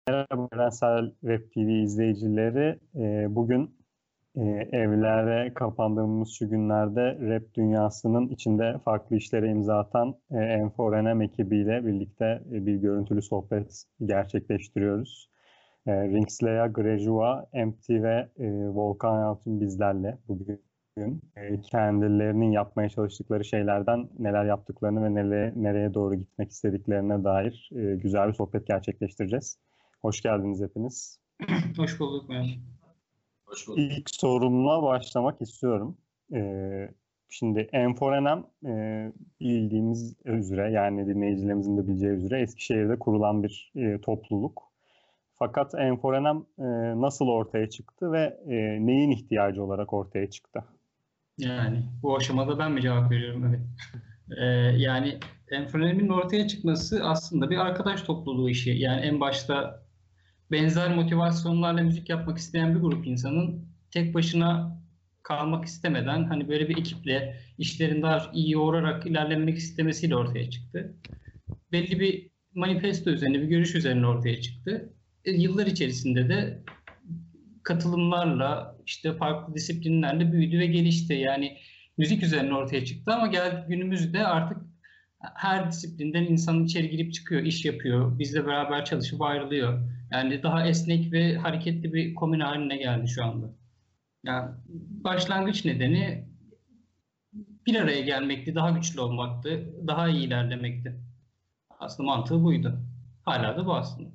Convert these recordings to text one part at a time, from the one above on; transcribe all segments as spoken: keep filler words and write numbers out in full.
Merhaba Evrensel Web T V izleyicileri. Ee, bugün e, evlere kapandığımız şu günlerde rap dünyasının içinde farklı işlere imza atan e, M four N M ekibiyle birlikte e, bir görüntülü sohbet gerçekleştiriyoruz. E, Ringslaya, Grejua, Empty ve e, Volkan Altun bizlerle bugün e, kendilerinin yapmaya çalıştıkları şeylerden neler yaptıklarını ve nereye, nereye doğru gitmek istediklerine dair e, güzel bir sohbet gerçekleştireceğiz. Hoş geldiniz hepiniz. Hoş bulduk Mehmet. Hoş bulduk. İlk sorumla başlamak istiyorum. Ee, şimdi M four N M e, bildiğimiz üzere, yani dinleyicilerimizin de bileceği üzere Eskişehir'de kurulan bir e, topluluk. Fakat M four N M e, nasıl ortaya çıktı ve e, neyin ihtiyacı olarak ortaya çıktı? Yani bu aşamada ben mi cevap veriyorum? Evet. Ee, yani M four N M'in ortaya çıkması aslında bir arkadaş topluluğu işi. Yani en başta benzer motivasyonlarla müzik yapmak isteyen bir grup insanın tek başına kalmak istemeden hani böyle bir ekiple işlerini daha iyi yoğurarak ilerlemek istemesiyle ortaya çıktı. Belli bir manifesto üzerine, bir görüş üzerine ortaya çıktı. E, yıllar içerisinde de katılımlarla, işte farklı disiplinlerle büyüdü ve gelişti. Yani müzik üzerine ortaya çıktı ama geldi günümüzde artık her disiplinden insan içeri girip çıkıyor, iş yapıyor, bizle beraber çalışıp ayrılıyor. Yani daha esnek ve hareketli bir komün haline geldi şu anda. Yani başlangıç nedeni bir araya gelmekti, daha güçlü olmaktı, daha iyi ilerlemekti. Aslında mantığı buydu. Hala da bu aslında.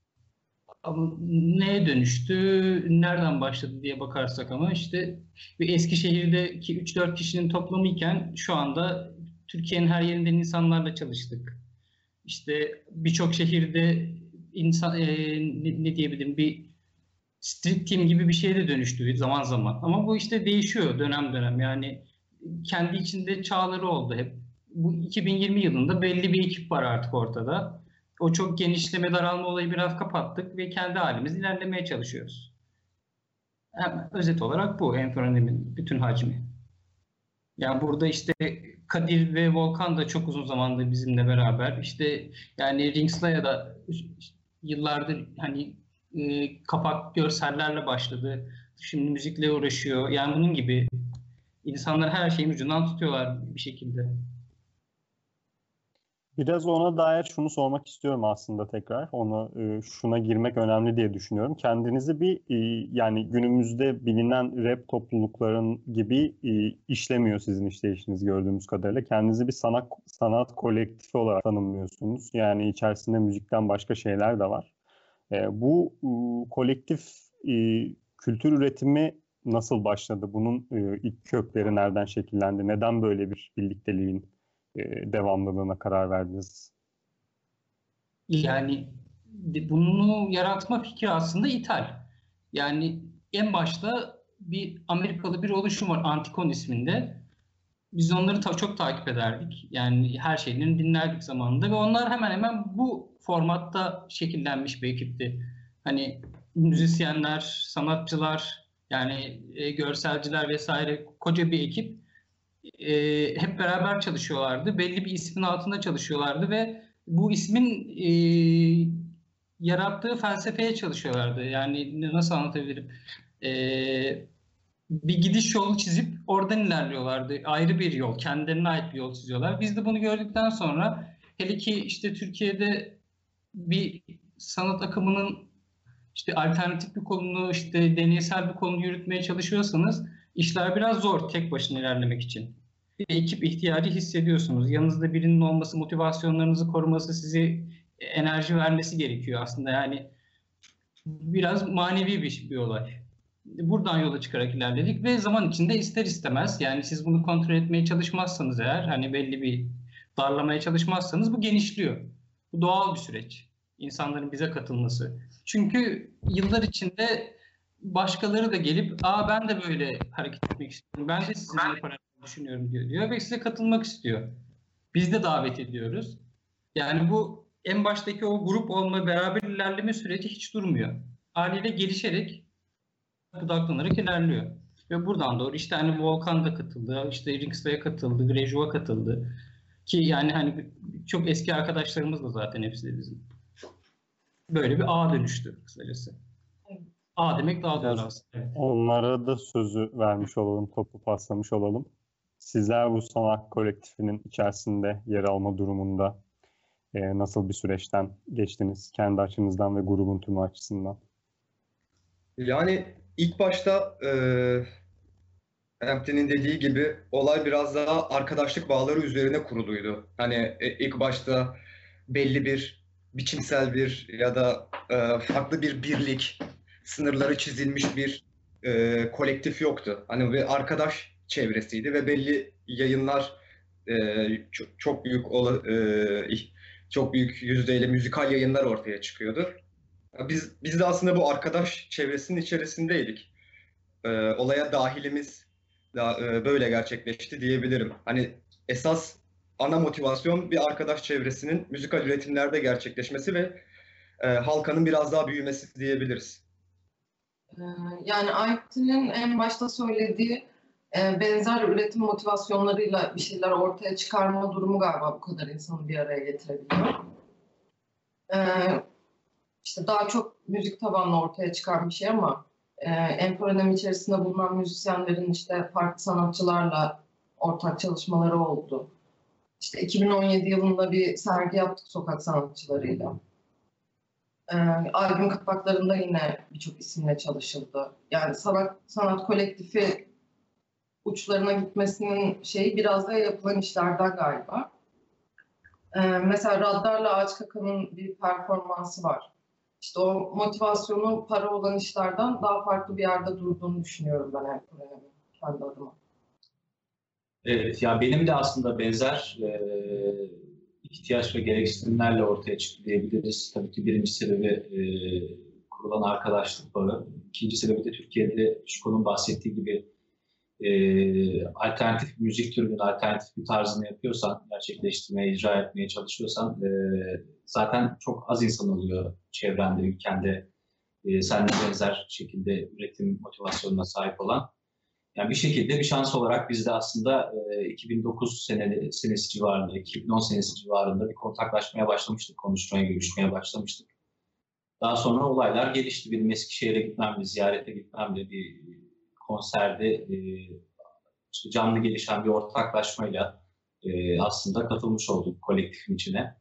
Ama neye dönüştü, nereden başladı diye bakarsak ama işte bir Eskişehir'deki üç dört kişinin toplamı iken şu anda Türkiye'nin her yerinden insanlarla çalıştık. İşte birçok şehirde insan e, ne, ne diyebilirim bir street team gibi bir şeye de dönüştü zaman zaman. Ama bu işte değişiyor dönem dönem. Yani kendi içinde çağları oldu hep. Bu iki bin yirmi yılında belli bir ekip var artık ortada. O çok genişleme daralma olayı biraz kapattık ve kendi halimiz ilerlemeye çalışıyoruz. Yani özet olarak bu M four N M'in bütün hacmi. Yani burada işte Kadir ve Volkan da çok uzun zamandır bizimle beraber. İşte yani Ringslaya da yıllardır hani e, kapak görsellerle başladı. Şimdi müzikle uğraşıyor. Yani bunun gibi insanlar her şeyin ucundan tutuyorlar bir şekilde. Biraz ona dair şunu sormak istiyorum aslında tekrar. Onu e, şuna girmek önemli diye düşünüyorum. Kendinizi bir e, yani günümüzde bilinen rap toplulukların gibi e, işlemiyor sizin işleyişiniz gördüğümüz kadarıyla. Kendinizi bir sanat sanat kolektifi olarak tanımlıyorsunuz. Yani içerisinde müzikten başka şeyler de var. E, bu e, kolektif e, kültür üretimi nasıl başladı? Bunun e, ilk kökleri nereden şekillendi? Neden böyle bir birlikteliğin e, devamlılığına karar verdiniz? Yani bunu yaratma fikri aslında ithal. Yani en başta bir Amerikalı bir oluşum var Antikon isminde. Biz onları ta çok takip ederdik. Yani her şeylerini dinlerdik zamanında ve onlar hemen hemen bu formatta şekillenmiş bir ekipti. Hani müzisyenler, sanatçılar, yani e, görselciler vesaire koca bir ekip e, hep beraber çalışıyorlardı. Belli bir ismin altında çalışıyorlardı ve bu ismin e, yarattığı felsefeye çalışıyorlardı. Yani nasıl anlatabilirim? E, bir gidiş yolu çizip oradan ilerliyorlardı. Ayrı bir yol, kendilerine ait bir yol çiziyorlar. Biz de bunu gördükten sonra hele ki işte Türkiye'de bir sanat akımının işte alternatif bir kolunu, işte deneysel bir kolunu yürütmeye çalışıyorsanız işler biraz zor tek başına ilerlemek için. Bir ekip ihtiyacı hissediyorsunuz. Yanınızda birinin olması, motivasyonlarınızı koruması, sizi enerji vermesi gerekiyor aslında. Yani biraz manevi bir, bir olay. Buradan yola çıkarak ilerledik ve zaman içinde ister istemez, yani siz bunu kontrol etmeye çalışmazsanız eğer, hani belli bir darlamaya çalışmazsanız bu genişliyor. Bu doğal bir süreç. İnsanların bize katılması. Çünkü yıllar içinde başkaları da gelip aa ben de böyle hareket etmek istiyorum, ben de sizinle para düşünüyorum diyor, diyor ve size katılmak istiyor. Biz de davet ediyoruz. Yani bu en baştaki o grup olma, beraber ilerleme süreci hiç durmuyor. Haliyle gelişerek budaklanarak ilerliyor. Ve buradan doğru işte hani Volkan da katıldı, işte Ringslaya katıldı, Grejua katıldı. Ki yani hani çok eski arkadaşlarımız da zaten hepsi de bizim. böyle bir ağa dönüştü kısacası. A demek daha doğru Biraz aslında. Evet. onlara da sözü vermiş olalım, topu paslamış olalım. Sizler bu sanat kolektifinin içerisinde yer alma durumunda e, nasıl bir süreçten geçtiniz? Kendi açınızdan ve grubun tümü açısından. Yani ilk başta e, Empty'nin dediği gibi olay biraz daha arkadaşlık bağları üzerine kuruluydu. Hani e, ilk başta belli bir biçimsel bir ya da e, farklı bir birlik, sınırları çizilmiş bir e, kolektif yoktu. Hani bir arkadaş çevresiydi ve belli yayınlar e, çok, çok büyük ola- e, çok büyük yüzdeyle müzikal yayınlar ortaya çıkıyordu. Biz biz de aslında bu arkadaş çevresinin içerisindeydik. E, olaya dahilimiz da e, böyle gerçekleşti diyebilirim. Hani esas ana motivasyon bir arkadaş çevresinin müzikal üretimlerde gerçekleşmesi ve e, halkanın biraz daha büyümesi diyebiliriz. Ee, Yani Ayettin'in en başta söylediği e, benzer üretim motivasyonlarıyla bir şeyler ortaya çıkarma durumu galiba bu kadar insanı bir araya getirebiliyor. Ee, işte daha çok müzik tabanlı ortaya çıkan bir şey ama e, Enforenem içerisinde bulunan müzisyenlerin işte farklı sanatçılarla ortak çalışmaları oldu. İşte iki bin on yedi yılında bir sergi yaptık sokak sanatçılarıyla. Ee, albüm kapaklarında yine birçok isimle çalışıldı. Yani sanat, sanat kolektifi uçlarına gitmesinin şeyi biraz da yapılan işlerden galiba. Ee, mesela Raddar'la Ağaç Kaka'nın bir performansı var. İşte o motivasyonu para olan işlerden daha farklı bir yerde durduğunu düşünüyorum ben hep kendi adıma. Evet, ya benim de aslında benzer e, ihtiyaç ve gereksinimlerle ortaya çıktı diyebiliriz. Tabii ki birinci sebebi e, kurulan arkadaşlık bağı. İkinci sebebi de Türkiye'de Şuko'nun bahsettiği gibi e, alternatif müzik türünün alternatif bir tarzını yapıyorsan, gerçekleştirmeye, icra etmeye çalışıyorsan e, zaten çok az insan oluyor çevrende, ülkende e, seninle benzer şekilde üretim motivasyonuna sahip olan. Yani bir şekilde bir şans olarak biz de aslında e, iki bin dokuz seneli, senesi civarında, iki bin on senesi civarında bir kontaklaşmaya başlamıştık, konuşmaya, görüşmeye başlamıştık. Daha sonra olaylar gelişti. Benim Eskişehir'e gitmemle, ziyarete gitmemle bir konserde e, işte canlı gelişen bir ortaklaşmayla e, aslında katılmış olduk kolektifin içine.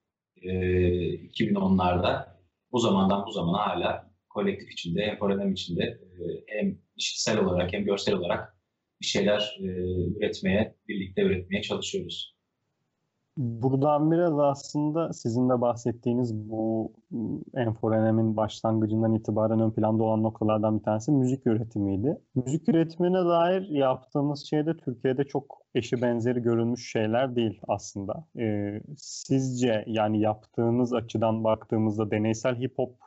E, iki bin onlarda bu zamandan bu zamana hala kolektif içinde, Enforenem içinde e, hem işitsel olarak hem görsel olarak bir şeyler e, üretmeye, birlikte üretmeye çalışıyoruz. Buradan biraz aslında sizin de bahsettiğiniz bu Enforenem'in başlangıcından itibaren ön planda olan noktalardan bir tanesi müzik üretimiydi. Müzik üretimine dair yaptığınız şey de Türkiye'de çok eşi benzeri görülmüş şeyler değil aslında. Ee, sizce yani yaptığınız açıdan baktığımızda deneysel hip hop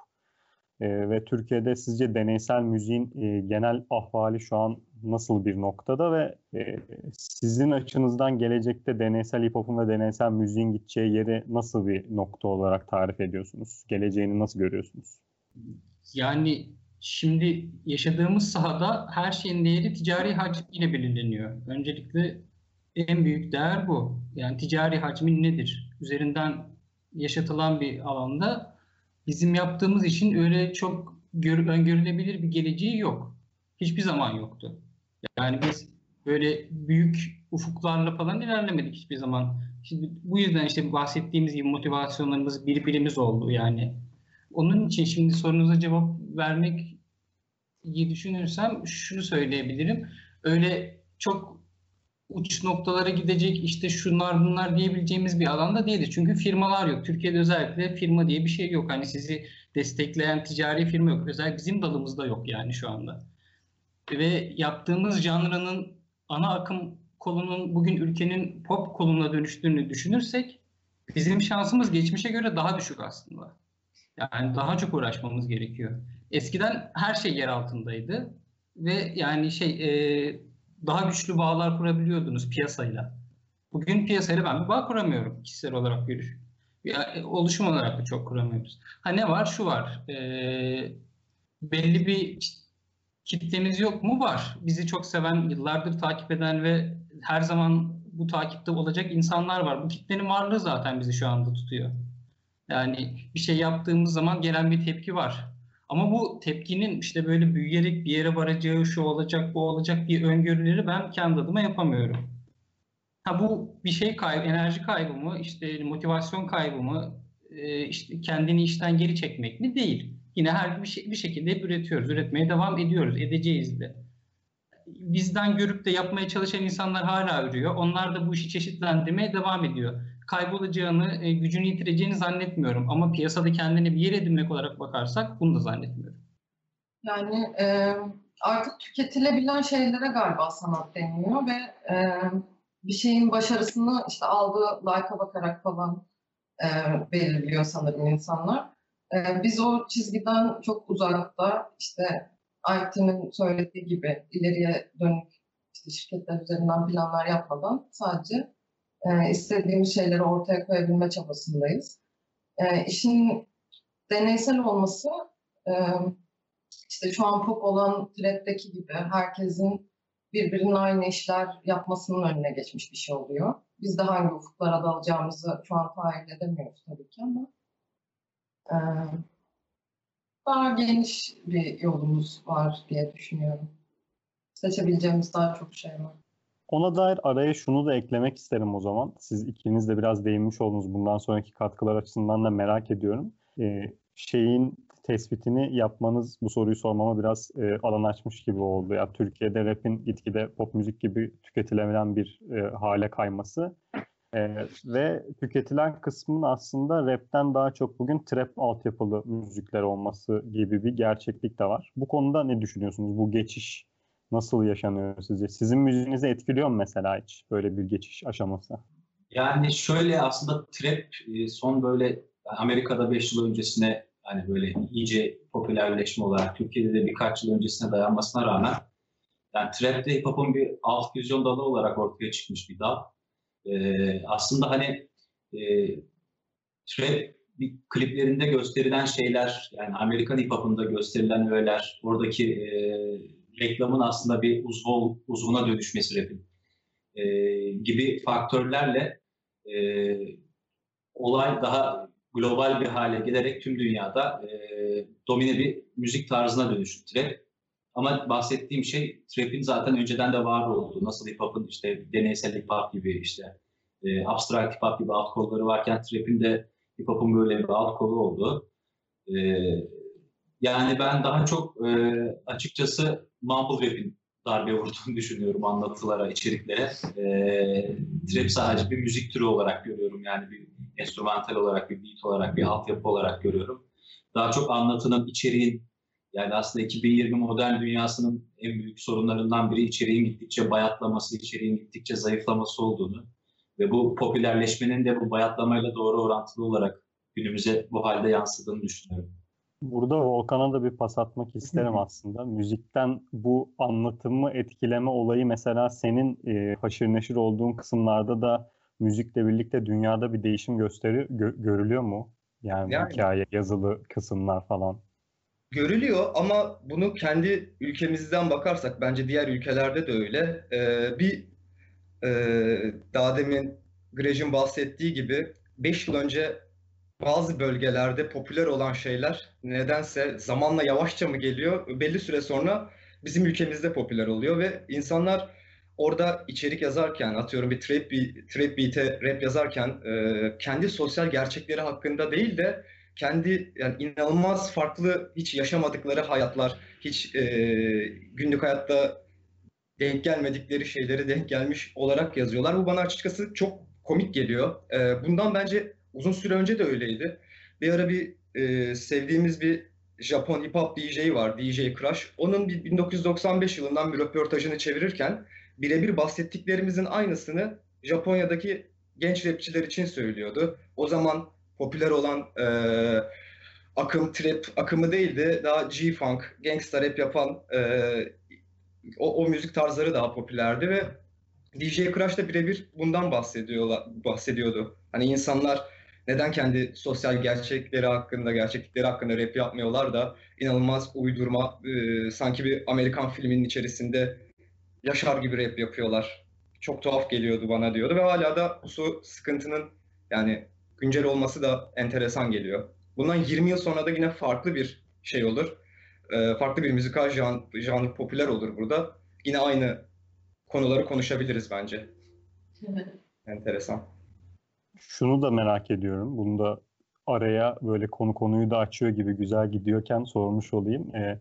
e, ve Türkiye'de sizce deneysel müziğin e, genel ahvali şu an nasıl bir noktada ve e, sizin açınızdan gelecekte deneysel hip hop'un ve deneysel müziğin gideceği yeri nasıl bir nokta olarak tarif ediyorsunuz? Geleceğini nasıl görüyorsunuz? Yani şimdi yaşadığımız sahada her şeyin değeri ticari hacim ile belirleniyor. Öncelikle en büyük değer bu. Yani ticari hacmin nedir? Üzerinden yaşatılan bir alanda bizim yaptığımız işin öyle çok gör, öngörülebilir bir geleceği yok. Hiçbir zaman yoktu. Yani biz böyle büyük ufuklarla falan ilerlemedik hiçbir zaman. Şimdi bu yüzden işte bahsettiğimiz gibi motivasyonlarımız birbirimiz oldu yani. Onun için şimdi sorunuza cevap vermek iyi düşünürsem şunu söyleyebilirim. Öyle çok uç noktalara gidecek işte şunlar bunlar diyebileceğimiz bir alanda değildi. Çünkü firmalar yok. Türkiye'de özellikle firma diye bir şey yok. Hani sizi destekleyen ticari firma yok. Özellikle bizim dalımızda yok yani şu anda. Ve yaptığımız janrının ana akım kolunun bugün ülkenin pop koluna dönüştüğünü düşünürsek bizim şansımız geçmişe göre daha düşük aslında. Yani daha çok uğraşmamız gerekiyor. Eskiden her şey yer altındaydı ve yani şey e, daha güçlü bağlar kurabiliyordunuz piyasayla. Bugün piyasayla ben bir bağ kuramıyorum kişisel olarak görüş. Ya, oluşum olarak da çok kuramıyoruz. Ha ne var? Şu var. E, belli bir kitlemiz yok mu? Var. Bizi çok seven, yıllardır takip eden ve her zaman bu takipte olacak insanlar var. Bu kitlenin varlığı zaten bizi şu anda tutuyor. Yani bir şey yaptığımız zaman gelen bir tepki var. Ama bu tepkinin işte böyle büyüyerek bir yere varacağı, şu olacak, bu olacak diye öngörüleri ben kendi adıma yapamıyorum. Ha bu bir şey kaybı, enerji kaybı mı, işte motivasyon kaybı mı, e, işte kendini işten geri çekmek mi? Değil. Yine her bir, şey, bir şekilde hep üretiyoruz, üretmeye devam ediyoruz, edeceğiz de. Bizden görüp de yapmaya çalışan insanlar hala ürüyor. Onlar da bu işi çeşitlendirmeye devam ediyor. Kaybolacağını, e, gücünü yitireceğini zannetmiyorum. Ama piyasada kendine bir yer edinmek olarak bakarsak bunu da zannetmiyorum. Yani e, artık tüketilebilen şeylere galiba sanat deniliyor ve e, bir şeyin başarısını işte aldığı like'a bakarak falan e, belirliyor sanırım insanlar. E, biz o çizgiden çok uzakta, işte Ayten'in söylediği gibi ileriye dönük işte şirketler üzerinden planlar yapmadan sadece e, istediğimiz şeyleri ortaya koyabilme çabasındayız. E, işin deneysel olması e, işte şu an pop olan trap'teki gibi herkesin birbirinin aynı işler yapmasının önüne geçmiş bir şey oluyor. Biz de hangi ufuklara dalacağımızı şu an tahayyül edemiyoruz tabii ki ama e, daha geniş bir yolumuz var diye düşünüyorum. Seçebileceğimiz daha çok şey var. Ona dair araya şunu da eklemek isterim o zaman. Siz ikiniz de biraz değinmiş oldunuz. Bundan sonraki katkılar açısından da merak ediyorum. Ee, şeyin tespitini yapmanız bu soruyu sormama biraz e, alan açmış gibi oldu. Ya Türkiye'de rap'in gitgide pop müzik gibi tüketilebilen bir e, hale kayması e, ve tüketilen kısmın aslında rap'ten daha çok bugün trap altyapılı müzikler olması gibi bir gerçeklik de var. Bu konuda ne düşünüyorsunuz? Bu geçiş nasıl yaşanıyor sizce? Sizin müziğinizi etkiliyor mu mesela hiç böyle bir geçiş aşaması? Yani şöyle aslında trap son böyle Amerika'da beş yıl öncesine hani böyle iyice popülerleşme olarak Türkiye'de de birkaç yıl öncesine dayanmasına rağmen yani trap de hip hop'un bir alt füzyon dalı olarak ortaya çıkmış bir dal. Ee, aslında hani e, trap bir kliplerinde gösterilen şeyler yani Amerikan hip hop'unda gösterilen öğeler oradaki e, reklamın aslında bir uzvu, uzvuna dönüşmesi rapin e, gibi faktörlerle e, olay daha global bir hale gelerek tüm dünyada e, domine bir müzik tarzına dönüştü trap. Ama bahsettiğim şey trap'in zaten önceden de var olduğu. Nasıl hip hop'un işte deneysel hip hop gibi işte e, abstract hip hop gibi alt kolları varken trap'in de hip hop'un böyle bir alt kolu olduğu. E, yani ben daha çok e, açıkçası mumble rap'in darbe vurduğunu düşünüyorum anlatılara, içeriklere. E, trap sadece bir müzik türü olarak görüyorum. Yani bir enstrümantal olarak, bir beat olarak, bir altyapı olarak görüyorum. Daha çok anlatının, içeriğin, yani aslında iki bin yirmi modern dünyasının en büyük sorunlarından biri içeriğin gittikçe bayatlaması, içeriğin gittikçe zayıflaması olduğunu ve bu popülerleşmenin de bu bayatlamayla doğru orantılı olarak günümüze bu halde yansıdığını düşünüyorum. Burada Volkan'a da bir pas atmak isterim aslında. Müzikten bu anlatımı etkileme olayı mesela senin e, haşır neşir olduğun kısımlarda da müzikle birlikte dünyada bir değişim gösteri gö- görülüyor mu? Yani, Yani hikaye, yazılı kısımlar falan. görülüyor ama bunu kendi ülkemizden bakarsak bence diğer ülkelerde de öyle. Ee, bir e, daha demin Grej'in bahsettiği gibi beş yıl önce bazı bölgelerde popüler olan şeyler nedense zamanla yavaşça mı geliyor? Belli süre sonra bizim ülkemizde popüler oluyor ve insanlar orada içerik yazarken, atıyorum bir trap, bir trap beat'e rap yazarken e, kendi sosyal gerçekleri hakkında değil de kendi yani inanılmaz farklı hiç yaşamadıkları hayatlar, hiç e, günlük hayatta denk gelmedikleri şeyleri denk gelmiş olarak yazıyorlar. Bu bana açıkçası çok komik geliyor. E, bundan bence uzun süre önce de öyleydi. Bir ara bir e, sevdiğimiz bir Japon hip hop D J var, D J Crush. Onun bir bin dokuz yüz doksan beş yılından bir röportajını çevirirken birebir bahsettiklerimizin aynısını Japonya'daki genç rapçiler için söylüyordu. O zaman popüler olan e, akım, trap akımı değildi. Daha G-Funk, gangsta rap yapan e, o, o müzik tarzları daha popülerdi ve D J Crush da birebir bundan bahsediyorlar, bahsediyordu. Hani insanlar neden kendi sosyal gerçekleri hakkında, gerçeklikleri hakkında rap yapmıyorlar da inanılmaz uydurma, e, sanki bir Amerikan filminin içerisinde yaşar gibi rap yapıyorlar. Çok tuhaf geliyordu bana diyordu ve hala da bu sıkıntının yani güncel olması da enteresan geliyor. Bundan yirmi yıl sonra da yine farklı bir şey olur. Ee, farklı bir müzikal jan, janr popüler olur burada. Yine aynı konuları konuşabiliriz bence. Enteresan. Şunu da merak ediyorum. Bunu da araya böyle konu konuyu da açıyor gibi güzel gidiyorken sormuş olayım. Ee,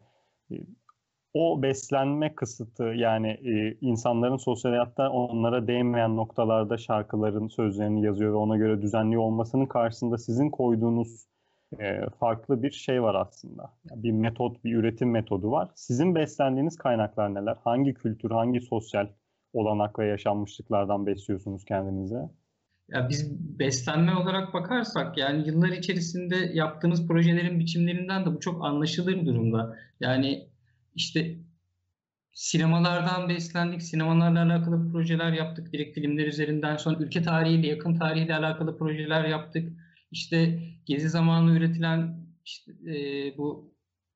o beslenme kısıtı, yani e, insanların sosyal hayatta onlara değmeyen noktalarda şarkıların sözlerini yazıyor ve ona göre düzenli olmasının karşısında sizin koyduğunuz e, farklı bir şey var aslında. Yani bir metot, bir üretim metodu var. Sizin beslendiğiniz kaynaklar neler? Hangi kültür, hangi sosyal olanak ve yaşanmışlıklardan besliyorsunuz kendinize? Ya biz beslenme olarak bakarsak yani yıllar içerisinde yaptığımız projelerin biçimlerinden de bu çok anlaşılır durumda. Yani işte sinemalardan beslendik, sinemalarla alakalı projeler yaptık, direkt filmler üzerinden, sonra ülke tarihiyle, yakın tarihiyle alakalı projeler yaptık. İşte Gezi zamanı üretilen işte, e, bu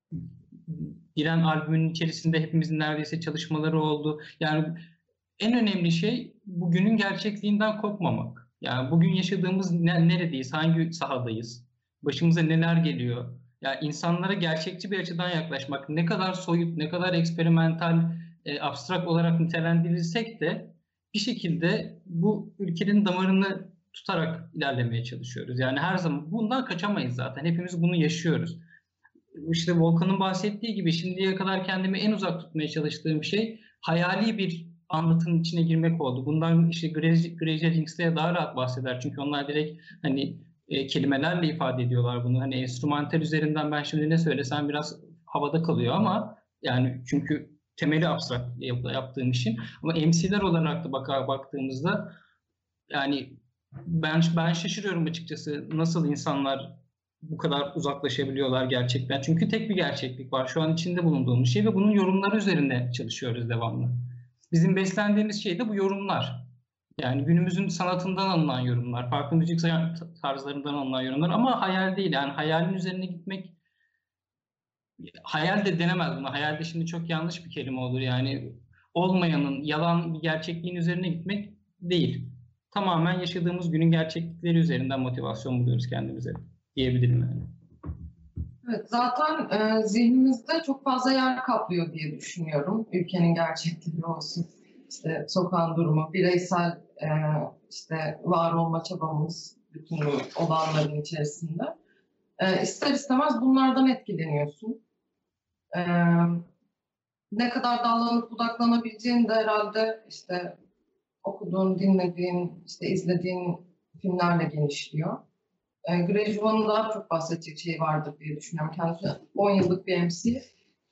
Diren albümünün içerisinde hepimizin neredeyse çalışmaları oldu. Yani en önemli şey bugünün gerçekliğinden kopmamak. Yani bugün yaşadığımız ne, neredeyiz, hangi sahadayız, başımıza neler geliyor. Yani insanlara gerçekçi bir açıdan yaklaşmak, ne kadar soyut, ne kadar eksperimental, e, abstrak olarak nitelendirirsek de bir şekilde bu ülkenin damarını tutarak ilerlemeye çalışıyoruz. Yani her zaman bundan kaçamayız zaten. Hepimiz bunu yaşıyoruz. İşte Volkan'ın bahsettiği gibi şimdiye kadar kendimi en uzak tutmaya çalıştığım şey hayali bir anlatının içine girmek oldu. Bundan işte Granger Jinx'te daha rahat bahseder. Çünkü onlar direkt hani e, kelimelerle ifade ediyorlar bunu. Hani enstrümantal üzerinden ben şimdi ne söylesem biraz havada kalıyor ama yani çünkü temeli abstrak yaptığım işin. Ama M C'ler olarak da bak baktığımızda yani ben ben şaşırıyorum açıkçası nasıl insanlar bu kadar uzaklaşabiliyorlar gerçekten. Çünkü tek bir gerçeklik var. Şu an içinde bulunduğumuz şey ve bunun yorumları üzerine çalışıyoruz devamlı. Bizim beslendiğimiz şey de bu yorumlar. Yani günümüzün sanatından alınan yorumlar, farklı müzik tarzlarından alınan yorumlar ama hayal değil. Yani hayalin üzerine gitmek, hayal de denemez buna. Hayal de şimdi çok yanlış bir kelime olur. Yani olmayanın, yalan bir gerçekliğin üzerine gitmek değil. Tamamen yaşadığımız günün gerçeklikleri üzerinden motivasyon buluyoruz kendimize diyebilirim yani. Evet, zaten e, zihnimizde çok fazla yer kaplıyor diye düşünüyorum. Ülkenin gerçekliği olsun, işte sokağın durumu, bireysel e, işte var olma çabamız bütün bu olanların içerisinde. E, ister istemez bunlardan etkileniyorsun. E, ne kadar dallanıp budaklanabileceğin de herhalde işte okuduğun, dinlediğin, işte izlediğin filmlerle genişliyor. E, Grejvan'ın daha çok bahsedecek şey vardır diye düşünüyorum. Kendisi on yıllık bir M C.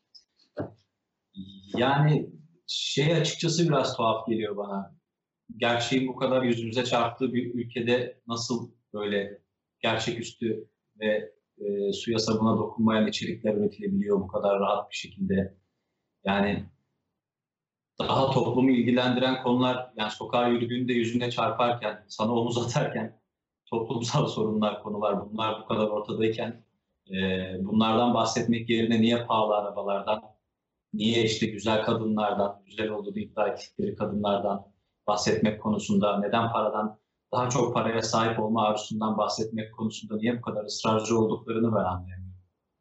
Yani şey açıkçası biraz tuhaf geliyor bana. Gerçeğin bu kadar yüzümüze çarptığı bir ülkede nasıl böyle gerçeküstü ve e, suya sabuna dokunmayan içerikler üretilebiliyor bu kadar rahat bir şekilde. Yani daha toplumu ilgilendiren konular, yani sokağa yürüdüğünde yüzüne çarparken, sana omuz atarken toplumsal sorunlar, konular bunlar bu kadar ortadayken e, bunlardan bahsetmek yerine niye pahalı arabalardan, niye işte güzel kadınlardan, güzel olduğunu iddia ettikleri kadınlardan bahsetmek konusunda, neden paradan, daha çok paraya sahip olma arzusundan bahsetmek konusunda niye bu kadar ısrarcı olduklarını ben anlayamıyorum.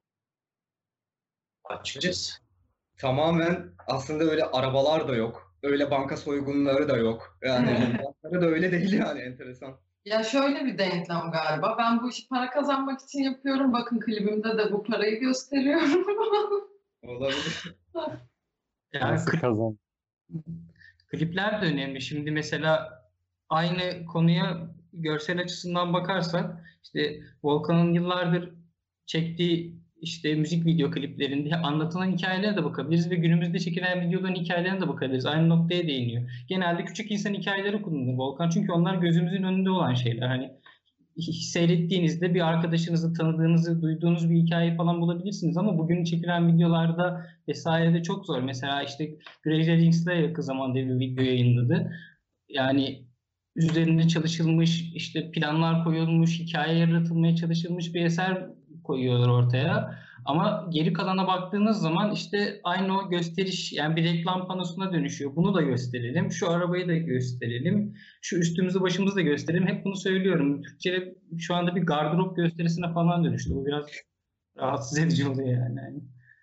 Açıkçası. Tamamen aslında öyle arabalar da yok. Öyle banka soygunları da yok. Yani bankaları da öyle değil yani, enteresan. Ya şöyle bir denklem galiba. Ben bu işi para kazanmak için yapıyorum. Bakın klibimde de bu parayı gösteriyorum. Olabilir. Yani Nasıl klip, kazan? klipler de önemli. Şimdi mesela aynı konuya görsel açısından bakarsak işte Volkan'ın yıllardır çektiği işte müzik video kliplerinde anlatılan hikayelere de bakabiliriz ve günümüzde çekilen videoların hikayelerine de bakabiliriz. Aynı noktaya değiniyor. Genelde küçük insan hikayeleri kullanır Volkan çünkü onlar gözümüzün önünde olan şeyler. Hani seyrettiğinizde bir arkadaşınızı tanıdığınızı, duyduğunuz bir hikaye falan bulabilirsiniz ama bugün çekilen videolarda vesairede çok zor. Mesela işte Granger Jinx'le yakın zamanda bir video yayınladı. Yani üzerinde çalışılmış, işte planlar koyulmuş, hikaye yaratılmaya çalışılmış bir eser koyuyorlar ortaya. Ama geri kalana baktığınız zaman işte aynı o gösteriş, yani bir reklam panosuna dönüşüyor. Bunu da gösterelim, şu arabayı da gösterelim, şu üstümüzü başımızı da gösterelim. Hep bunu söylüyorum. Türkçe şu anda bir gardırop gösterisine falan dönüştü. Bu biraz rahatsız edici oluyor yani. Yani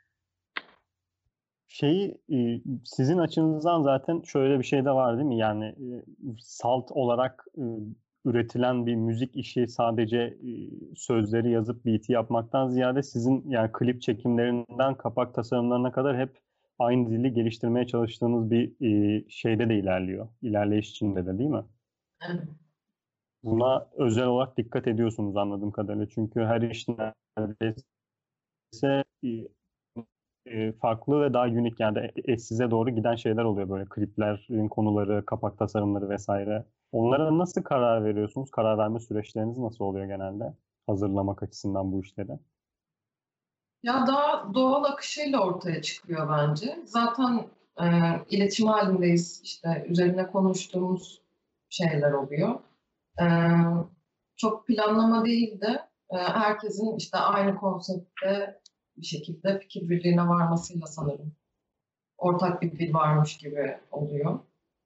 Şeyi e, sizin açınızdan zaten şöyle bir şey de var değil mi? Yani e, salt olarak e, üretilen bir müzik işi sadece e, sözleri yazıp beat'i yapmaktan ziyade sizin yani klip çekimlerinden kapak tasarımlarına kadar hep aynı dili geliştirmeye çalıştığınız bir e, şeyde de ilerliyor. İlerleyiş içinde de değil mi? Evet. Buna özel olarak dikkat ediyorsunuz anladığım kadarıyla. Çünkü her iş neredeyse e, e, farklı ve daha unik yani de eşsize doğru giden şeyler oluyor böyle kliplerin konuları, kapak tasarımları vesaire. Onlara nasıl karar veriyorsunuz? Karar verme süreçleriniz nasıl oluyor genelde? Hazırlamak açısından bu işleri. Ya daha doğal akışıyla ortaya çıkıyor bence. Zaten e, iletişim halindeyiz. İşte üzerine konuştuğumuz şeyler oluyor. E, Çok planlama değil de e, herkesin işte aynı konseptte bir şekilde fikir birliğine varmasıyla sanırım ortak bir dil varmış gibi oluyor.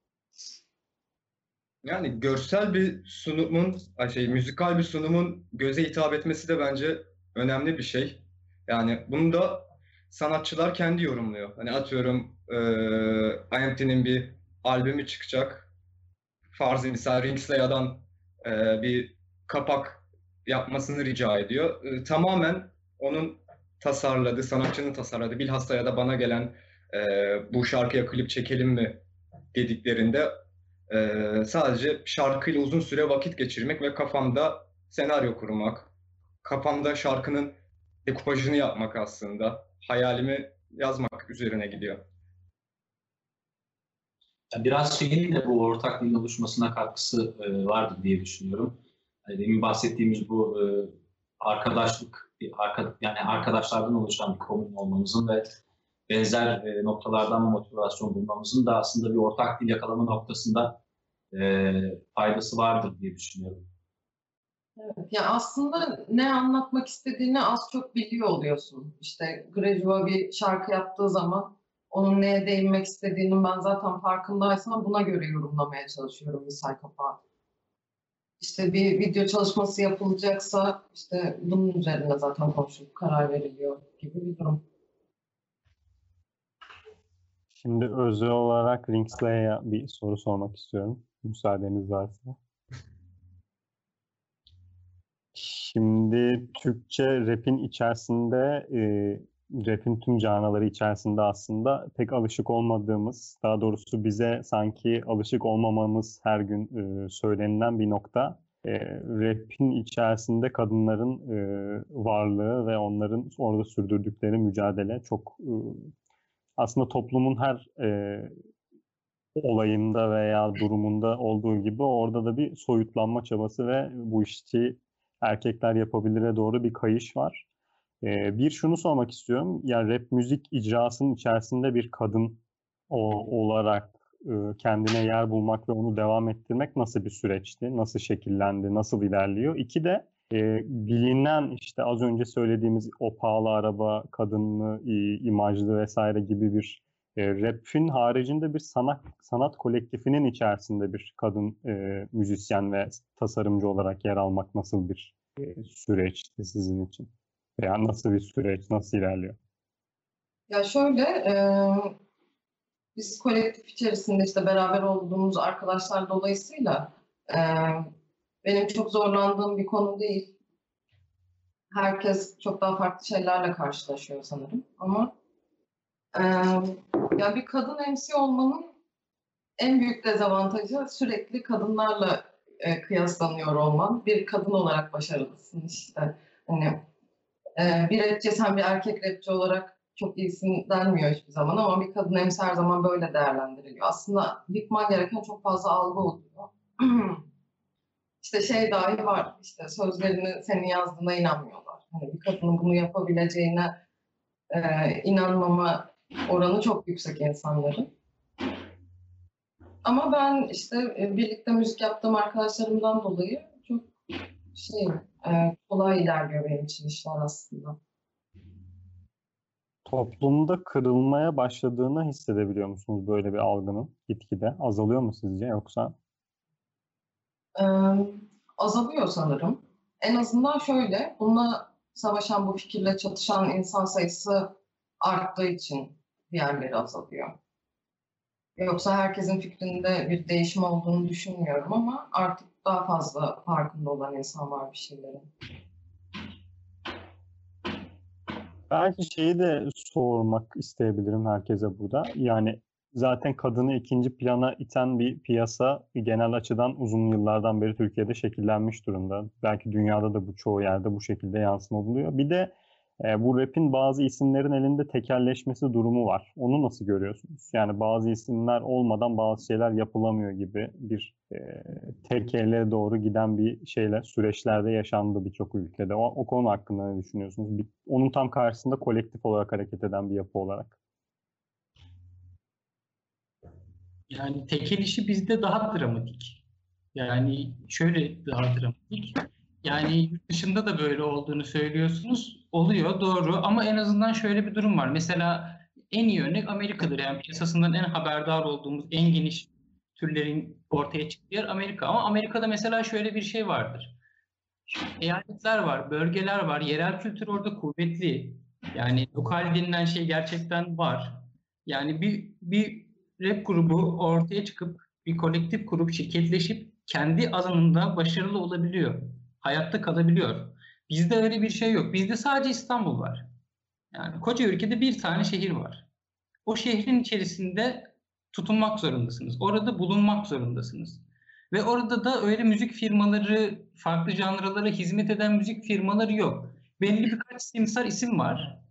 Yani görsel bir sunumun, ay şey, müzikal bir sunumun göze hitap etmesi de bence önemli bir şey. Yani bunu da sanatçılar kendi yorumluyor. Hani atıyorum eee I M T'nin bir albümü çıkacak. Farzı misal Ringsleya'dan eee bir kapak yapmasını rica ediyor. Eee, tamamen onun tasarladığı, sanatçının tasarladığı, bilhassa ya da bana gelen eee, bu şarkıya klip çekelim mi dediklerinde ee, sadece şarkıyla uzun süre vakit geçirmek ve kafamda senaryo kurmak, kafamda şarkının dekupajını yapmak aslında, hayalimi yazmak üzerine gidiyor. Yani biraz şeyin de bu ortak dilin oluşmasına katkısı e, vardır diye düşünüyorum. Yani demin bahsettiğimiz bu e, arkadaşlık, bir arka, yani arkadaşlardan oluşan bir komün olmamızın ve benzer e, noktalardan motivasyon bulmamızın da aslında bir ortak dil yakalama noktasında e, faydası vardır diye düşünüyorum. Evet, ya aslında ne anlatmak istediğini az çok biliyor oluyorsun. İşte Grejua bir şarkı yaptığı zaman onun neye değinmek istediğinin ben zaten farkındaysam buna göre yorumlamaya çalışıyorum misal kapağı. İşte bir video çalışması yapılacaksa işte bunun üzerine zaten konuşulup karar veriliyor gibi bir durum. Şimdi özel olarak Ringsley'e bir soru sormak istiyorum. Müsaadeniz varsa. Şimdi Türkçe rap'in içerisinde, e, rap'in tüm canaları içerisinde aslında pek alışık olmadığımız, daha doğrusu bize sanki alışık olmamamız her gün e, söylenilen bir nokta. E, rap'in içerisinde kadınların e, varlığı ve onların orada sürdürdükleri mücadele çok e, aslında toplumun her e, olayında veya durumunda olduğu gibi orada da bir soyutlanma çabası ve bu işi erkekler yapabilire doğru bir kayış var. Ee, bir şunu sormak istiyorum. Yani rap müzik icrasının içerisinde bir kadın o, olarak e, kendine yer bulmak ve onu devam ettirmek nasıl bir süreçti? Nasıl şekillendi? Nasıl ilerliyor? İki de e, bilinen işte az önce söylediğimiz o pahalı araba, kadınlı, i- imajlı vesaire gibi bir e, rap'in haricinde bir sanat sanat kolektifinin içerisinde bir kadın e, müzisyen ve tasarımcı olarak yer almak nasıl bir e, süreçti sizin için? Veya nasıl bir süreç, nasıl ilerliyor? Ya şöyle, e, biz kolektif içerisinde işte beraber olduğumuz arkadaşlar dolayısıyla e, benim çok zorlandığım bir konu değil. Herkes çok daha farklı şeylerle karşılaşıyor sanırım. Ama e, ya bir kadın M C olmanın en büyük dezavantajı sürekli kadınlarla e, kıyaslanıyor olman. Bir kadın olarak başarılısın işte. Hani e, bir rapçi sen bir erkek rapçi olarak çok iyisin denmiyor hiçbir zaman ama bir kadın M C her zaman böyle değerlendiriliyor. Aslında yıkman gereken çok fazla algı oluyor. İşte şey dahi var, işte sözlerini senin yazdığına inanmıyorlar. Hani bir kadının bunu yapabileceğine e, inanmama oranı çok yüksek insanların. Ama ben işte e, birlikte müzik yaptığım arkadaşlarımdan dolayı çok şey e, kolay ilerliyor benim için işler aslında. Toplumda kırılmaya başladığını hissedebiliyor musunuz böyle bir algının gitgide? Azalıyor mu sizce yoksa? Ee, azalıyor sanırım. En azından şöyle, bununla savaşan, bu fikirle çatışan insan sayısı arttığı için diğerleri azalıyor. Yoksa herkesin fikrinde bir değişim olduğunu düşünmüyorum ama artık daha fazla farkında olan insan var bir şeylerin. Belki şeyi de sormak isteyebilirim herkese burada. Yani zaten kadını ikinci plana iten bir piyasa genel açıdan uzun yıllardan beri Türkiye'de şekillenmiş durumda. Belki dünyada da bu çoğu yerde bu şekilde yansıma buluyor. Bir de e, bu rap'in bazı isimlerin elinde tekelleşmesi durumu var. Onu nasıl görüyorsunuz? Yani bazı isimler olmadan bazı şeyler yapılamıyor gibi bir e, tekelle doğru giden bir şeyler, süreçlerde yaşandı birçok ülkede. O, o konu hakkında ne düşünüyorsunuz? Bir, onun tam karşısında kolektif olarak hareket eden bir yapı olarak. Yani tekel işi bizde daha dramatik. Yani şöyle daha dramatik. Yani yurt dışında da böyle olduğunu söylüyorsunuz. Oluyor, doğru. Ama en azından şöyle bir durum var. Mesela en iyi örnek Amerika'dır. Yani piyasasından en haberdar olduğumuz, en geniş türlerin ortaya çıktığı yer Amerika. Ama Amerika'da mesela şöyle bir şey vardır. Eyaletler var, bölgeler var. Yerel kültür orada kuvvetli. Yani lokal denilen şey gerçekten var. Yani bir, bir rap grubu ortaya çıkıp bir kolektif kurup şirketleşip kendi alanında başarılı olabiliyor. Hayatta kalabiliyor. Bizde öyle bir şey yok. Bizde sadece İstanbul var. Yani koca ülkede bir tane şehir var. O şehrin içerisinde tutunmak zorundasınız. Orada bulunmak zorundasınız. Ve orada da öyle müzik firmaları, farklı janralara hizmet eden müzik firmaları yok. Belli birkaç simsar isim var.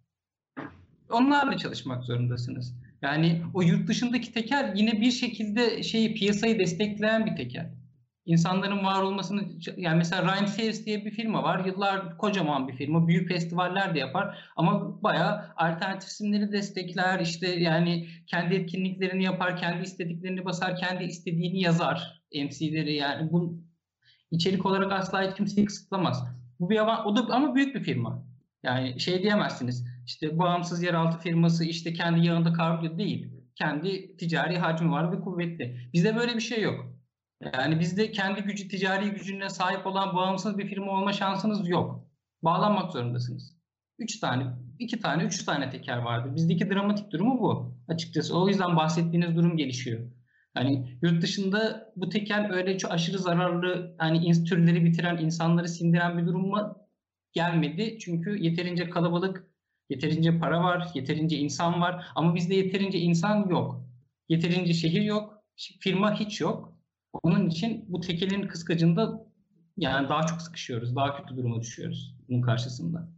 Onlarla çalışmak zorundasınız. Yani o yurt dışındaki tekel yine bir şekilde şeyi piyasayı destekleyen bir tekel. İnsanların var olmasını, yani mesela Rhyme Sayers diye bir firma var. Yıllar kocaman bir firma. Büyük festivaller de yapar. Ama bayağı alternatif isimleri destekler. İşte yani kendi etkinliklerini yapar, kendi istediklerini basar, kendi istediğini yazar. M C'leri yani bu içerik olarak asla hiç kimseyi kısıtlamaz. Bu bir avan, o da ama büyük bir firma. Yani şey diyemezsiniz. İşte bağımsız yeraltı firması işte kendi yağında kavruluyor değil. Kendi ticari hacmi var ve kuvvetli. Bizde böyle bir şey yok. Yani bizde kendi gücü, ticari gücüne sahip olan bağımsız bir firma olma şansınız yok. Bağlanmak zorundasınız. Üç tane, iki tane, üç tane teker vardı. Bizdeki dramatik durumu bu. Açıkçası o yüzden bahsettiğiniz durum gelişiyor. Yani yurt dışında bu tekel öyle çok aşırı zararlı, hani türleri bitiren, insanları sindiren bir duruma gelmedi. Çünkü yeterince kalabalık, yeterince para var, yeterince insan var. Ama bizde yeterince insan yok. Yeterince şehir yok, firma hiç yok. Onun için bu tekelin kıskacında yani daha çok sıkışıyoruz, daha kötü duruma düşüyoruz bunun karşısında.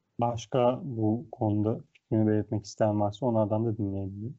Başka bu konuda fikrini belirtmek isteyen varsa onlardan da dinleyebilirim.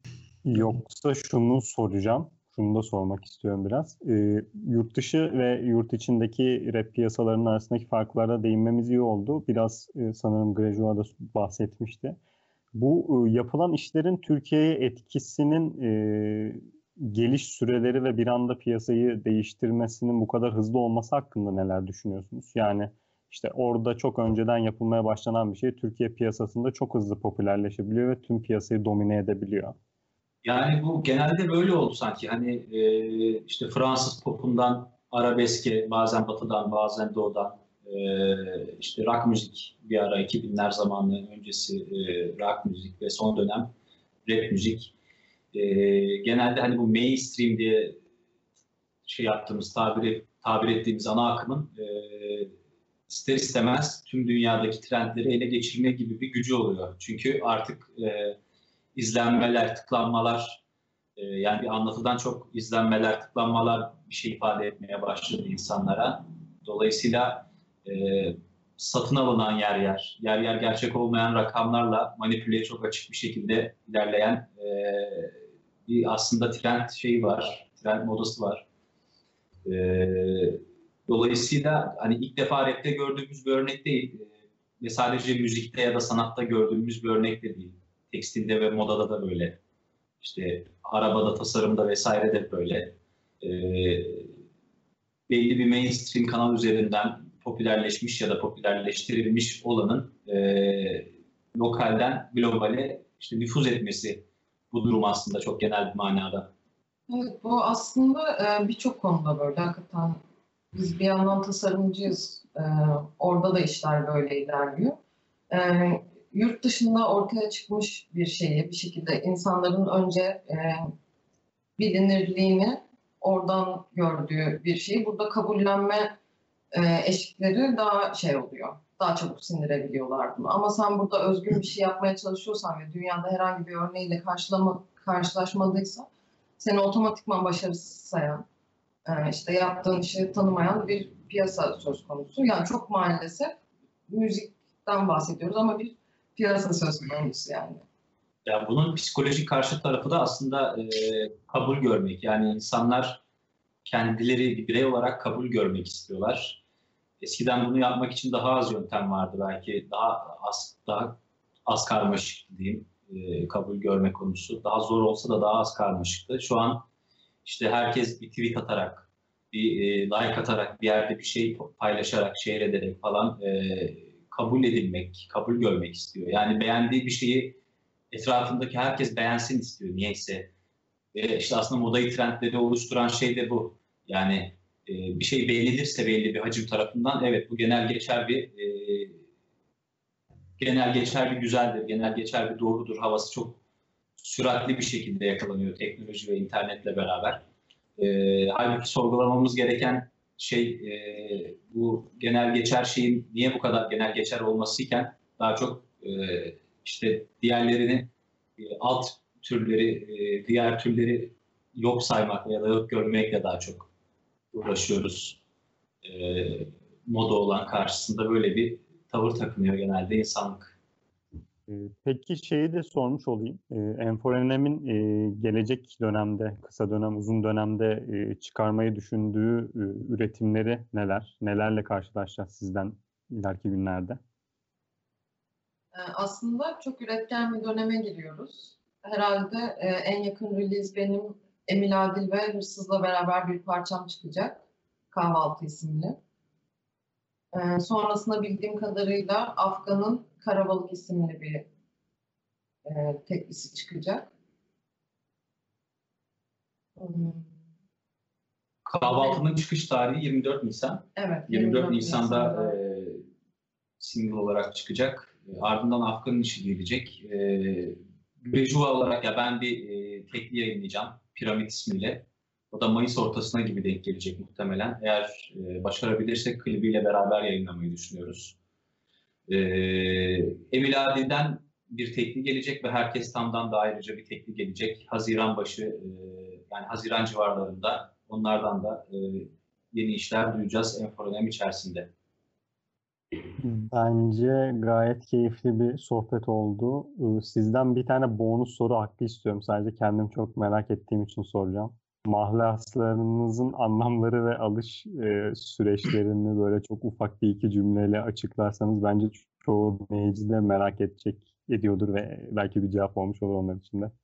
Yoksa şunu soracağım, şunu da sormak istiyorum biraz. E, yurt dışı ve yurt içindeki rap piyasalarının arasındaki farklara değinmemiz iyi oldu. Biraz e, sanırım Grejua da bahsetmişti. Bu e, yapılan işlerin Türkiye'ye etkisinin e, geliş süreleri ve bir anda piyasayı değiştirmesinin bu kadar hızlı olması hakkında neler düşünüyorsunuz? Yani işte orada çok önceden yapılmaya başlanan bir şey Türkiye piyasasında çok hızlı popülerleşebiliyor ve tüm piyasayı domine edebiliyor. Yani bu genelde böyle oldu sanki. Hani e, işte Fransız popundan arabeske, bazen batıdan, bazen doğudan, e, işte rock müzik bir ara iki binler zamanı öncesi e, rock müzik ve son dönem rap müzik. E, genelde hani bu mainstream diye şey yaptığımız, tabir, tabir ettiğimiz ana akımın e, ister istemez tüm dünyadaki trendleri ele geçirme gibi bir gücü oluyor. Çünkü artık e, izlenmeler, tıklanmalar, e, yani bir anlatıdan çok izlenmeler, tıklanmalar bir şey ifade etmeye başladı insanlara. Dolayısıyla e, satın alınan yer yer, yer yer gerçek olmayan rakamlarla manipüleye çok açık bir şekilde ilerleyen e, bir aslında trend şeyi var, trend modası var. E, dolayısıyla hani ilk defa rapte gördüğümüz bir örnek değil ve sadece müzikte ya da sanatta gördüğümüz bir örnek de değil. Tekstilde ve modada da böyle. İşte arabada, tasarımda vesaire de böyle. E, belli bir mainstream kanal üzerinden popülerleşmiş ya da popülerleştirilmiş olanın e, lokalden globale işte nüfuz etmesi bu durum aslında çok genel bir manada. Evet, bu aslında e, birçok konuda böyle. Hakikaten biz bir yandan tasarımcıyız. E, orada da işler böyle ilerliyor. E, yurt dışında ortaya çıkmış bir şeyi bir şekilde insanların önce e, bilinirliğini oradan gördüğü bir şeyi burada kabullenme e, eşikleri daha şey oluyor. Daha çabuk sindirebiliyorlar bunu. Ama sen burada özgün bir şey yapmaya çalışıyorsan ve dünyada herhangi bir örneğiyle karşılama, karşılaşmadıysan seni otomatikman başarısız sayan, e, işte yaptığın işi tanımayan bir piyasa söz konusu. Yani çok maalesef müzikten bahsediyoruz ama bir piyasa söz konusu yani. Yani bunun psikolojik karşı tarafı da aslında e, kabul görmek. Yani insanlar kendileri bir birey olarak kabul görmek istiyorlar. Eskiden bunu yapmak için daha az yöntem vardı belki. Daha az daha az karmaşık diyeyim e, kabul görme konusu. Daha zor olsa da daha az karmaşıktı. Şu an işte herkes bir tweet atarak, bir e, like atarak, bir yerde bir şey paylaşarak, share ederek falan e, kabul edilmek, kabul görmek istiyor. Yani beğendiği bir şeyi etrafındaki herkes beğensin istiyor niyeyse. E, işte aslında modayı, trendleri oluşturan şey de bu. Yani e, bir şey beğenilirse belli bir hacim tarafından, evet bu genel geçer bir e, genel geçer bir güzeldir, genel geçer bir doğrudur havası çok süratli bir şekilde yakalanıyor teknoloji ve internetle beraber. E, halbuki sorgulamamız gereken şey e, bu genel geçer şeyin niye bu kadar genel geçer olmasıyken daha çok e, işte diğerlerini e, alt türleri, e, diğer türleri yok saymakla ya da yok görmekle daha çok uğraşıyoruz. E, moda olan karşısında böyle bir tavır takınıyor genelde insanlık. Peki şeyi de sormuş olayım. Enforenem'in gelecek dönemde, kısa dönem, uzun dönemde çıkarmayı düşündüğü üretimleri neler? Nelerle karşılaşacağız sizden ileriki günlerde? Aslında çok üretken bir döneme giriyoruz. Herhalde en yakın release benim Emil Adil ve Hırsız'la beraber bir parçam çıkacak. Kahvaltı isimli. Sonrasında bildiğim kadarıyla Afgan'ın Karabalık isimli bir e, teklisi çıkacak. Hmm. Kahvaltının çıkış tarihi yirmi dört Nisan. Evet. yirmi dört Nisan'da e, single olarak çıkacak. E, ardından Afgan'ın işi gelecek. E, Rejuva olarak ya ben bir e, tekli yayınlayacağım. Piramit ismiyle. O da Mayıs ortasına gibi denk gelecek muhtemelen. Eğer e, başarabilirsek klibiyle beraber yayınlamayı düşünüyoruz. E, Emil Adil'den bir tekli gelecek ve Herkes Tam'dan da ayrıca bir tekli gelecek. Haziran başı, e, yani Haziran civarlarında onlardan da e, yeni işler duyacağız Enforenem içerisinde. Bence gayet keyifli bir sohbet oldu. Sizden bir tane bonus soru hakkı istiyorum. Sadece kendim çok merak ettiğim için soracağım. Mahlaslarınızın anlamları ve alış e, süreçlerini böyle çok ufak bir iki cümleyle açıklarsanız bence çoğu dinleyici de merak edecek, ediyordur ve belki bir cevap olmuş olur onlar için de.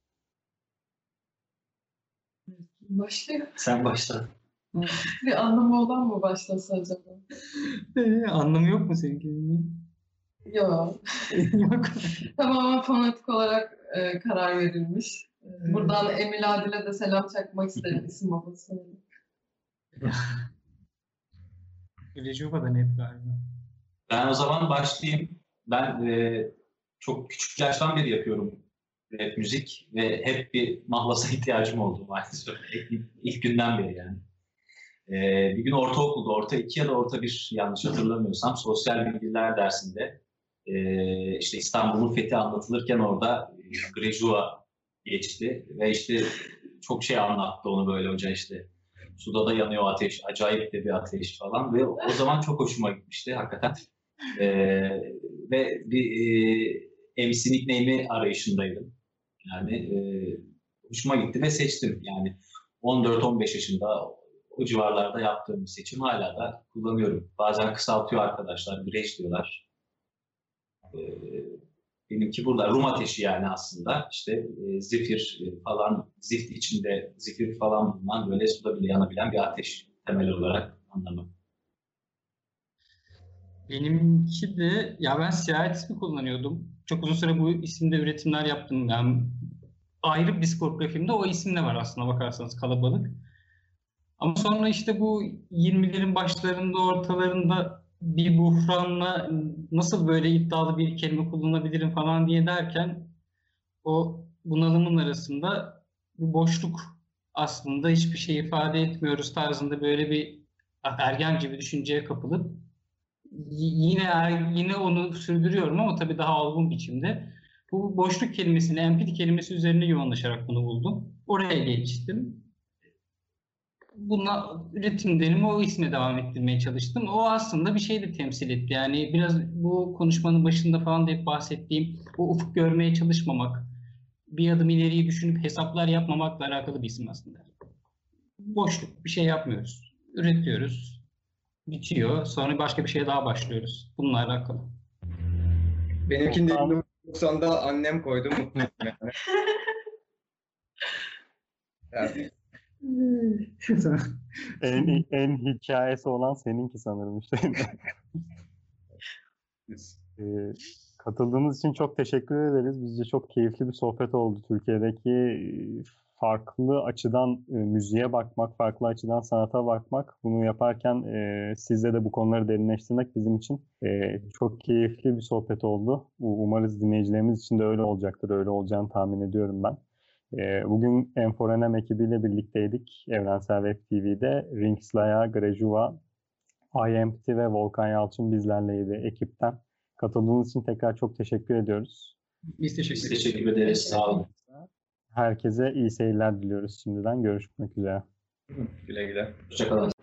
Başlayalım. Sen başla. Bir anlamı olan mı başlasa acaba? Ee, anlamı yok mu senin? Yok. Yok. Tamamen fanatik olarak e, karar verilmiş. Hmm. Buradan Emil Adil'e de selam çakmak isterim isim babasıyla. Rejuva da net galiba. Ben o zaman başlayayım. Ben e, çok küçük yaştan beri yapıyorum rap müzik ve hep bir mahlasa ihtiyacım oldu maalesef. İlk, ilk günden beri yani. E, bir gün ortaokulda, orta iki ya da orta bir yanlış hatırlamıyorsam sosyal bilgiler dersinde e, işte İstanbul'un fethi anlatılırken orada e, Rejuva geçti ve işte çok şey anlattı onu böyle hoca işte. Suda da yanıyor ateş, acayip de bir ateş falan ve o zaman çok hoşuma gitmişti hakikaten. Ee, ve bir e, M C nickname'i arayışındaydım. Yani e, hoşuma gitti ve seçtim. Yani on dört on beş yaşında o civarlarda yaptığım bir seçim hala da kullanıyorum. Bazen kısaltıyor arkadaşlar, Grej diyorlar. Ee, benimki burada Rum ateşi yani aslında. İşte e, zifir falan, zift içinde zifir falan bulunan böyle suda bile yanabilen bir ateş temel olarak anlamı. Benimki de ya ben Seyahat ismi kullanıyordum çok uzun süre bu isimde üretimler yaptım. Yani ayrı bir diskografimde o isimle var aslında bakarsanız, Kalabalık. Ama sonra işte bu yirmilerin başlarında, ortalarında bir buhranla nasıl böyle iddialı bir kelime kullanabilirim falan diye derken o bunalımın arasında bir boşluk, aslında hiçbir şey ifade etmiyoruz tarzında böyle bir ergence bir düşünceye kapılıp yine yine onu sürdürüyorum ama tabii daha olgun biçimde. Bu boşluk kelimesini, empati kelimesi üzerine yoğunlaşarak bunu buldum. Oraya geçtim. Buna üretimlerimi o isme devam ettirmeye çalıştım. O aslında bir şey de temsil etti. Yani biraz bu konuşmanın başında falan da hep bahsettiğim o ufuk görmeye çalışmamak, bir adım ileriyi düşünüp hesaplar yapmamakla alakalı bir isim aslında. Boşluk, bir şey yapmıyoruz. Üretiyoruz, bitiyor. Sonra başka bir şeye daha başlıyoruz. Bununla alakalı. Benimkini de doksan'da annem koydu, mutluyum yani. Yani. en, en hikayesi olan seninki sanırım işte. Ee, katıldığınız için çok teşekkür ederiz. Bizce çok keyifli bir sohbet oldu. Türkiye'deki farklı açıdan e, müziğe bakmak, farklı açıdan sanata bakmak, bunu yaparken e, sizle de bu konuları derinleştirmek bizim için e, çok keyifli bir sohbet oldu. Umarız dinleyicilerimiz için de öyle olacaktır. Öyle olacağını tahmin ediyorum ben. E, bugün M four N M ekibiyle birlikteydik. Evrensel Web T V'de Ringslaya, Grejuva, iEmpty ve Volkan Yalçın bizlerleydi ekipten. Katıldığınız için tekrar çok teşekkür ediyoruz. Biz teşekkür, Biz teşekkür ederiz. Sağ olun. Herkese iyi seyirler diliyoruz şimdiden. Görüşmek üzere. Güle güle. Hoşçakalın.